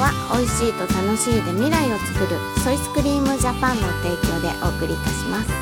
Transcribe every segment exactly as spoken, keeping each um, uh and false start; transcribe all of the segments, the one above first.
は美味しいと楽しいで未来を作るソイスクリームジャパンの提供でお送りいたします。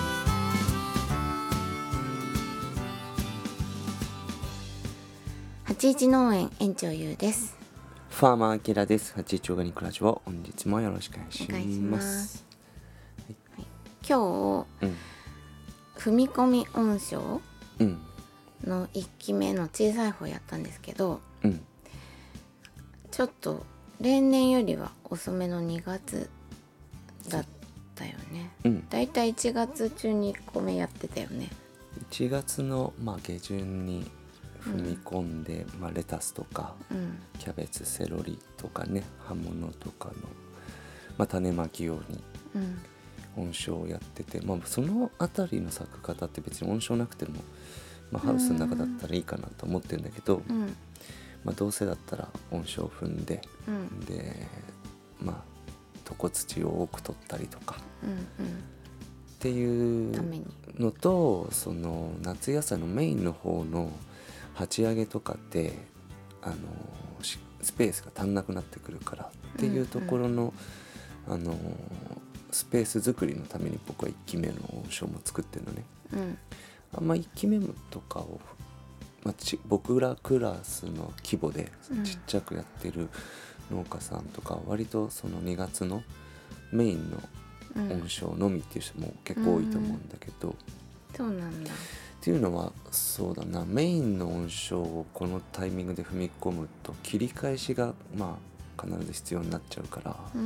八一農園園長ゆうです。 ファーマーアキラです。八一オーガニックラジオ、本日もよろしくお願いします。 お願いします。はいはい、今日、うん、踏み込み音章のいっきめの小さい方やったんですけど、うん、ちょっと例年よりは遅めのにがつだったよね、うん、だいたいいちがつ中にいっこめやってたよね。 いちがつの、まあ、下旬に踏み込んで、うんまあ、レタスとか、うん、キャベツセロリとかね葉物とかの、まあ、種まき用に温床をやってて、うんまあ、そのあたりの咲く方って別に温床なくても、まあ、ハウスの中だったらいいかなと思ってるんだけど、うんまあ、どうせだったら温床を踏んで、うん、でまあ床土を多く取ったりとか、うんうん、っていうのとその夏野菜のメインの方の鉢上げとかってあのスペースが足んなくなってくるからっていうところの、うんうん、あのスペース作りのために僕はいっきめの温床も作ってるのね、うん、あんまいっきめとかを、まあ、ち僕らクラスの規模でちっちゃくやってる農家さんとか割とそのにがつのメインの温床のみっていう人も結構多いと思うんだけど、うん、 そうなんだ。 っていうのはそうだなメインの温床をこのタイミングで踏み込むと切り返しがまあ必ず必要になっちゃうから、うん、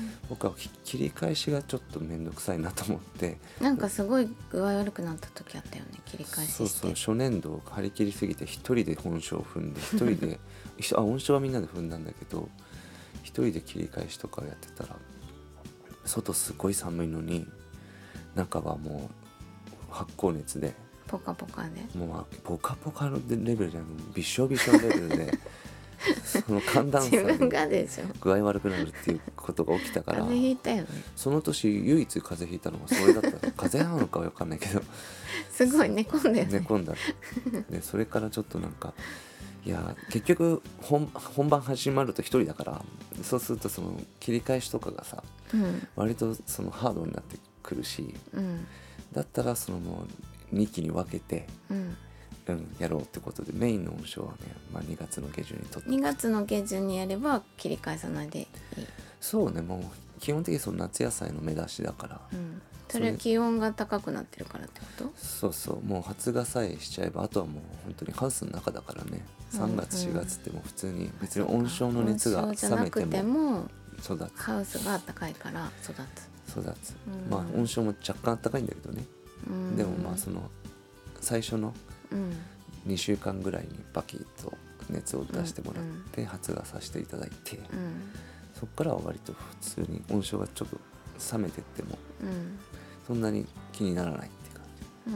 僕は切り返しがちょっとめんどくさいなと思ってなんかすごい具合悪くなった時あったよね切り返しして。 そうそう初年度張り切りすぎて一人で温床を踏んで一人であ温床はみんなで踏んだんだけど一人で切り返しとかをやってたら外すごい寒いのに中はもう発酵熱でポカポカでもうポカポカのレベルじゃなくびしょびしょのレベルでその寒暖差で具合悪くなるっていうことが起きたから風邪ひいたよね。 その年唯一風邪ひいたのがそれだった風邪なのかは分かんないけどすごい寝込んだよね。 寝込んだでそれからちょっとなんかいや結局 本, 本番始まると一人だからそうするとその切り返しとかがさ、うん、割とそのハードになってくるし、うん、だったらそのもうにきに分けて、うんうん、やろうってことでメインの温床はね、まあ、にがつの下旬にとってにがつの下旬にやれば切り返さないでいい。 そうねもう基本的にその夏野菜の目指しだから、うん、 それは気温が高くなってるからってこと？ そうそうもう発芽さえしちゃえばあとはもう本当にハウスの中だからねさんがつしがつっても普通に別に温床の熱が冷めても育つハウスが暖かいから育つ育つ、うん、まあ温床も若干暖かいんだけどね、うん、でもまあその最初のにしゅうかんぐらいにバキッと熱を出してもらって発芽させていただいて、うん、そこからは割と普通に温床がちょっと冷めてっても、うん、そんなに気にならないっていう感じ、うん、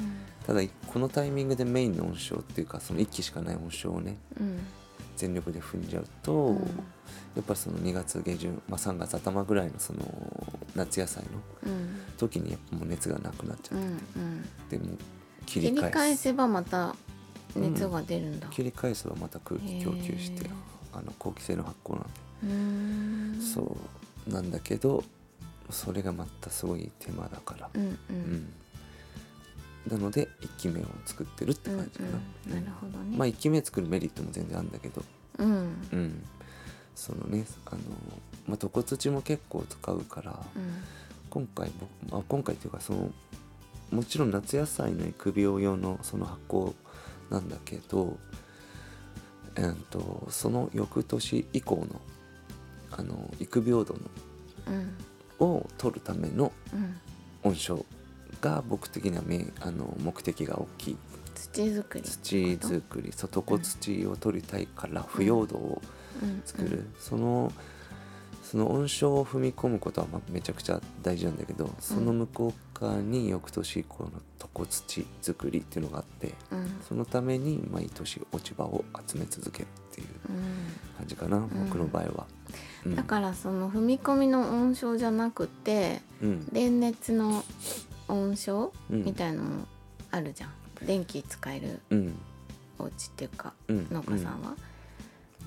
ただこのタイミングでメインの温床っていうかそのいっきしかない温床をね、うん、全力で踏んじゃうと、うん、やっぱりそのにがつ下旬、まあ、さんがつ頭ぐらいのその夏野菜の時にやっぱもう熱がなくなっちゃって、うんうん、でも切り返す、 切り返せばまた熱が出るんだ、 うん、切り返せばまた空気供給してあの好気性の発酵なんでうーんそうなんだけどそれがまたすごい手間だから、うんうんうん、なのでいっきめを作ってるって感じかな、 うんうん、なるほどね。 まあいっきめ作るメリットも全然あるんだけど、うんうん、そのねあの、まあ、床土も結構使うから、うん、今回僕あ今回というかそのもちろん夏野菜の育苗用のその発酵なんだけど、えー、とその翌年以降のあの育苗度の、うん、を取るための温床が僕的にはめあの目的が大きい。 土作り土作りそう床土を取りたいから腐葉土を作る、うんうん、そのその温床を踏み込むことはまあめちゃくちゃ大事なんだけどその向こう側に翌年以降の床土作りっていうのがあって、うん、そのために毎年落ち葉を集め続けるっていう感じかな、うん、僕の場合は、 うん、だからその踏み込みの温床じゃなくて、うん、電熱の温床みたいのもあるじゃん、電気使えるお家っていうか、農家さんは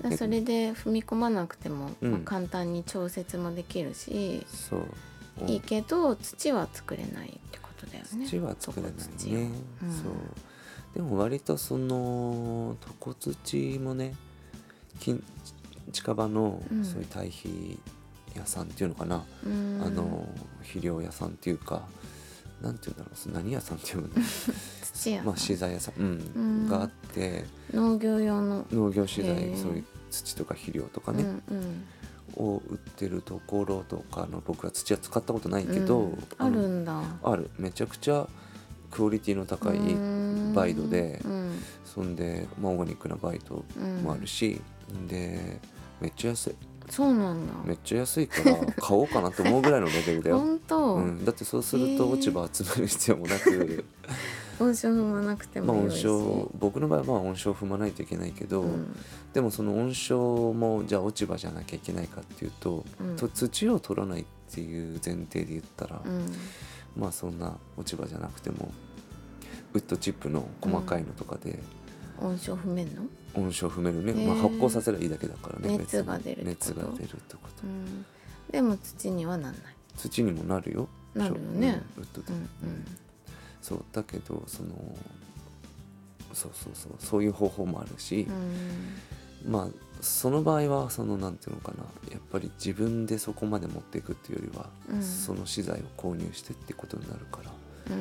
それで踏み込まなくても、うんまあ、簡単に調節もできるし、 そういいけど土は作れないってことだよね。 土は作れないね、うん、そうでも割とその床土もね近場のそういう堆肥屋さんっていうのかな、うん、あの肥料屋さんっていうかなんていうんだろう何屋さんっていうの土屋、 まあ、資材屋さん、うんうん、があって農業用の農業資材そういう土とか肥料とかね、うんうんを売ってるところとかの僕は土は使ったことないけど、うん、 あるんだあるめちゃくちゃクオリティの高いバイトで、うん、そんで、まあ、オーガニックなバイトもあるし、うん、でめっちゃ安い。 そうなんだめっちゃ安いから買おうかなと思うぐらいのレベルだよ本当、 うん、だってそうすると落ち葉集める必要もなく温床踏まなくてもいいし、 まあ、温床僕の場合はまあ温床踏まないといけないけど、うん、でもその温床もじゃあ落ち葉じゃなきゃいけないかっていうと、うん、と土を取らないっていう前提で言ったら、うん、まあそんな落ち葉じゃなくてもウッドチップの細かいのとかで、 うん、温床踏めるの温床踏めるね、まあ、発酵させればいいだけだからね。 熱が出るってこと熱が出るってこと、うん、 でも土にはなんない。 土にもなるよ。 なるよね、 うん、ウッドで、うんうん、そうだけどそのそうそうそうそういう方法もあるし、うん、まあその場合はそのなんていうのかなやっぱり自分でそこまで持っていくっていうよりは、うん、その資材を購入してってことになるから、うん、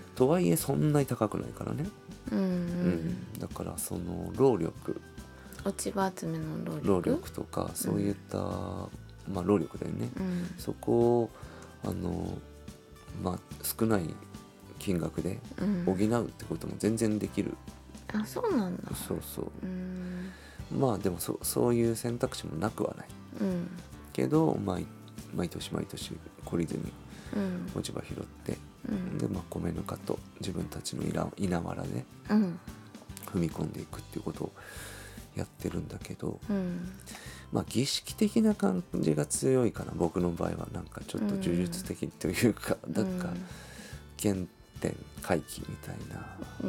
とはいえそんなに高くないからね、うんうんうん、だからその労力落ち葉集めの労力労力とかそういった、うんまあ、労力だよね、うん、そこをあの、まあ、少ない金額で補うってことも全然できる、 うん、あそうなんだ。 そうそう、うんまあでも そ, そういう選択肢もなくはない、うん、けど毎, 毎年毎年懲りずに落ち葉拾って、うん、で、まあ、米ぬかと自分たちの稲わらで踏み込んでいくっていうことをやってるんだけど、うん、まあ儀式的な感じが強いかな僕の場合は。なんかちょっと呪術的というか、うん、なんか原点回帰みたいな、うん、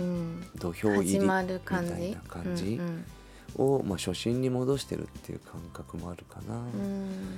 土俵入りみたいな感じを、まあ、初心に戻してるっていう感覚もあるかな、うん、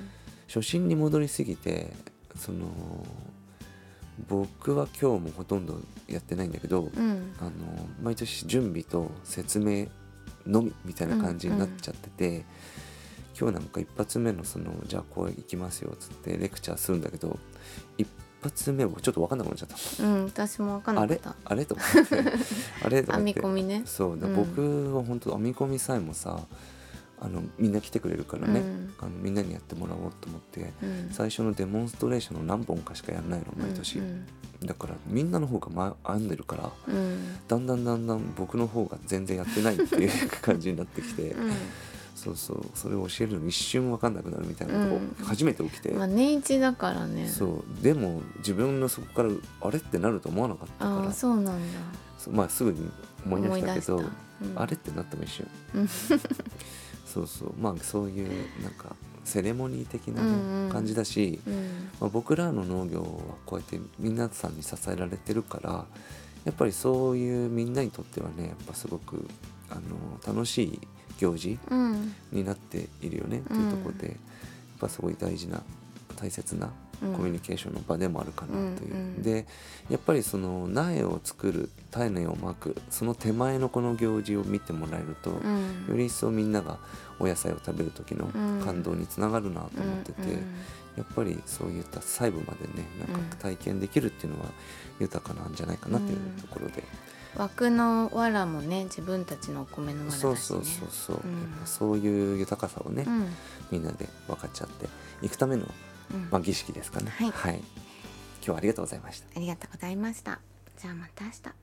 初心に戻りすぎてその僕は今日もほとんどやってないんだけど、うん、あの毎年準備と説明のみみたいな感じになっちゃってて、うんうん、今日なんか一発目のそのじゃあこう行きますよっつってレクチャーするんだけど一発目僕ちょっと分かんなくなっちゃった。 うん私も分かんなかった。 あれあれと思ってあれと思って編み込みね。 そうだ、うん、僕は本当編み込みさえもさあのみんな来てくれるからね、うん、あのみんなにやってもらおうと思って、うん、最初のデモンストレーションの何本かしかやらないの毎年、うんうん、だからみんなの方が、ま、編んでるから、うん、だんだんだんだん僕の方が全然やってないっていう感じになってきて、うん、そうそうそれを教えるのに一瞬分かんなくなるみたいなこと初めて起きて、 うんまあ、年一だからね。 そうでも自分のそこからあれってなると思わなかったからあそうなんだ、 まあ、すぐに思い出したけど、うん、あれってなったも一瞬そうそうまあそういうなんかセレモニー的な、ねうんうん、感じだし、うんまあ、僕らの農業はこうやって皆さんに支えられてるからやっぱりそういうみんなにとってはねやっぱすごくあの楽しい行事になっているよね、うん、っていうところでやっぱすごい大事な大切なコミュニケーションの場でもあるかなという、うん、でやっぱりその苗を作る種をまくその手前のこの行事を見てもらえると、うん、より一層みんながお野菜を食べる時の感動につながるなと思ってて、うん、やっぱりそういった細部までねなんか体験できるっていうのは豊かなんじゃないかなっていうところで、 うん、枠の藁もね自分たちのお米の藁だしね。 そうそうそうそう、うん、やっぱそういう豊かさをね、うん、みんなで分かっちゃっていくためのうんまあ、儀式ですかね、はい、はい、今日はありがとうございました。 ありがとうございました。じゃあまた明日。